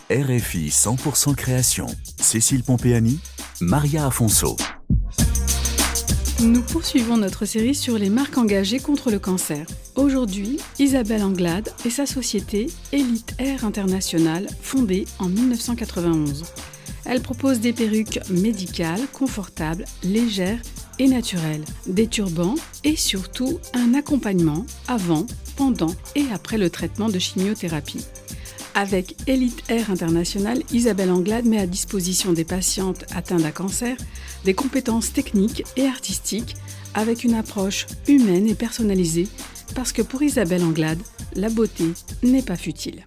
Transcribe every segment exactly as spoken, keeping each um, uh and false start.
R F I cent pour cent Création. Cécile Pompeani, Maria Afonso. Nous poursuivons notre série sur les marques engagées contre le cancer. Aujourd'hui, Isabelle Anglade et sa société Elite Hair International, fondée en dix-neuf cent quatre-vingt-onze. Elle propose des perruques médicales, confortables, légères et naturelles, des turbans et surtout un accompagnement avant, pendant et après le traitement de chimiothérapie. Avec Elite Hair International, Isabelle Anglade met à disposition des patientes atteintes d'un cancer des compétences techniques et artistiques avec une approche humaine et personnalisée parce que pour Isabelle Anglade, la beauté n'est pas futile.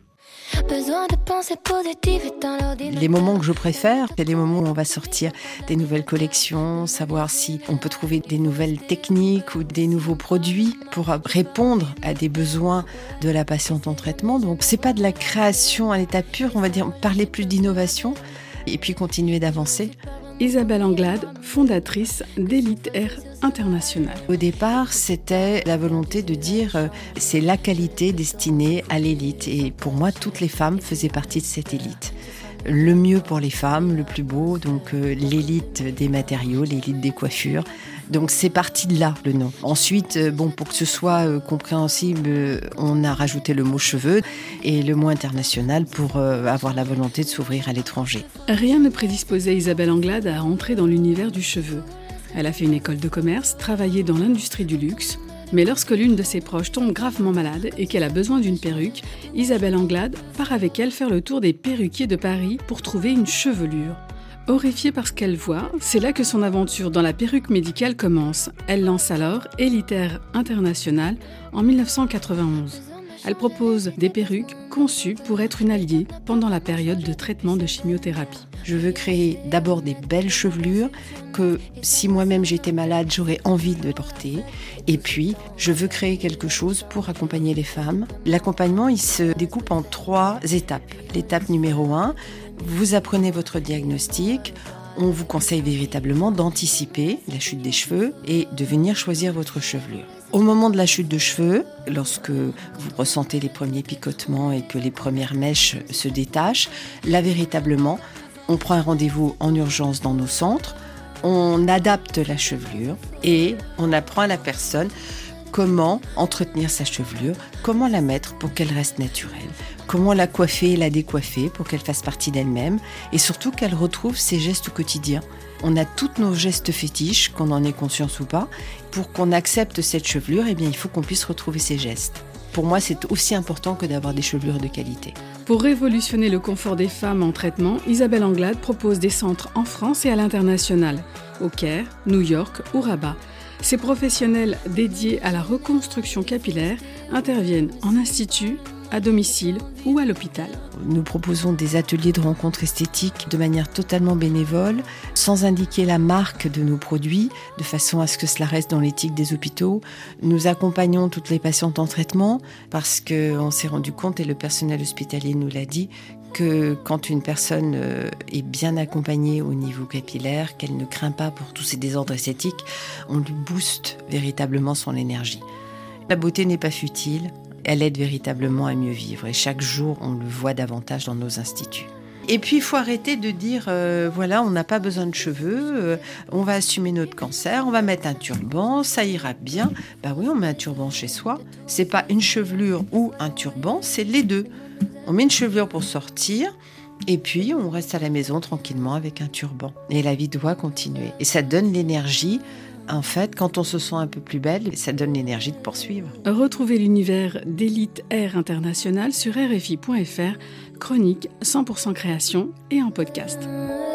Les moments que je préfère, c'est les moments où on va sortir des nouvelles collections, savoir si on peut trouver des nouvelles techniques ou des nouveaux produits pour répondre à des besoins de la patiente en traitement. Donc c'est pas de la création à l'état pur, on va dire parler plus d'innovation et puis continuer d'avancer. Isabelle Anglade, fondatrice d'Elite Hair International. Au départ, c'était la volonté de dire euh, c'est la qualité destinée à l'élite. Et pour moi, toutes les femmes faisaient partie de cette élite. Le mieux pour les femmes, le plus beau, donc euh, l'élite des matériaux, l'élite des coiffures. Donc c'est parti de là, le nom. Ensuite, euh, bon, pour que ce soit euh, compréhensible, euh, on a rajouté le mot cheveux et le mot international pour euh, avoir la volonté de s'ouvrir à l'étranger. Rien ne prédisposait Isabelle Anglade à entrer dans l'univers du cheveu. Elle a fait une école de commerce, travaillé dans l'industrie du luxe. Mais lorsque l'une de ses proches tombe gravement malade et qu'elle a besoin d'une perruque, Isabelle Anglade part avec elle faire le tour des perruquiers de Paris pour trouver une chevelure. Horrifiée par ce qu'elle voit, c'est là que son aventure dans la perruque médicale commence. Elle lance alors Elite Hair International en dix-neuf cent quatre-vingt-onze. Elle propose des perruques conçues pour être une alliée pendant la période de traitement de chimiothérapie. Je veux créer d'abord des belles chevelures que si moi-même j'étais malade, j'aurais envie de porter. Et puis, je veux créer quelque chose pour accompagner les femmes. L'accompagnement, il se découpe en trois étapes. L'étape numéro un, vous apprenez votre diagnostic. On vous conseille véritablement d'anticiper la chute des cheveux et de venir choisir votre chevelure. Au moment de la chute de cheveux, lorsque vous ressentez les premiers picotements et que les premières mèches se détachent, là véritablement, on prend un rendez-vous en urgence dans nos centres, on adapte la chevelure et on apprend à la personne comment entretenir sa chevelure, comment la mettre pour qu'elle reste naturelle, comment la coiffer et la décoiffer pour qu'elle fasse partie d'elle-même et surtout qu'elle retrouve ses gestes quotidiens. On a tous nos gestes fétiches, qu'on en ait conscience ou pas. Pour qu'on accepte cette chevelure, eh bien, il faut qu'on puisse retrouver ses gestes. Pour moi, c'est aussi important que d'avoir des chevelures de qualité. Pour révolutionner le confort des femmes en traitement, Isabelle Anglade propose des centres en France et à l'international, au Caire, New York ou Rabat. Ces professionnels dédiés à la reconstruction capillaire interviennent en institut, à domicile ou à l'hôpital. Nous proposons des ateliers de rencontres esthétiques de manière totalement bénévole, sans indiquer la marque de nos produits, de façon à ce que cela reste dans l'éthique des hôpitaux. Nous accompagnons toutes les patientes en traitement parce qu'on s'est rendu compte, et le personnel hospitalier nous l'a dit, que quand une personne est bien accompagnée au niveau capillaire, qu'elle ne craint pas pour tous ces désordres esthétiques, on lui booste véritablement son énergie. La beauté n'est pas futile. Elle aide véritablement à mieux vivre et chaque jour, on le voit davantage dans nos instituts. Et puis, il faut arrêter de dire, euh, voilà, on n'a pas besoin de cheveux, euh, on va assumer notre cancer, on va mettre un turban, ça ira bien. Ben oui, on met un turban chez soi. C'est pas une chevelure ou un turban, c'est les deux. On met une chevelure pour sortir et puis on reste à la maison tranquillement avec un turban. Et la vie doit continuer. Et ça donne l'énergie. En fait, quand on se sent un peu plus belle, ça donne l'énergie de poursuivre. Retrouvez l'univers d'Elite Hair International sur R F I point F R, chronique cent pour cent création et en podcast.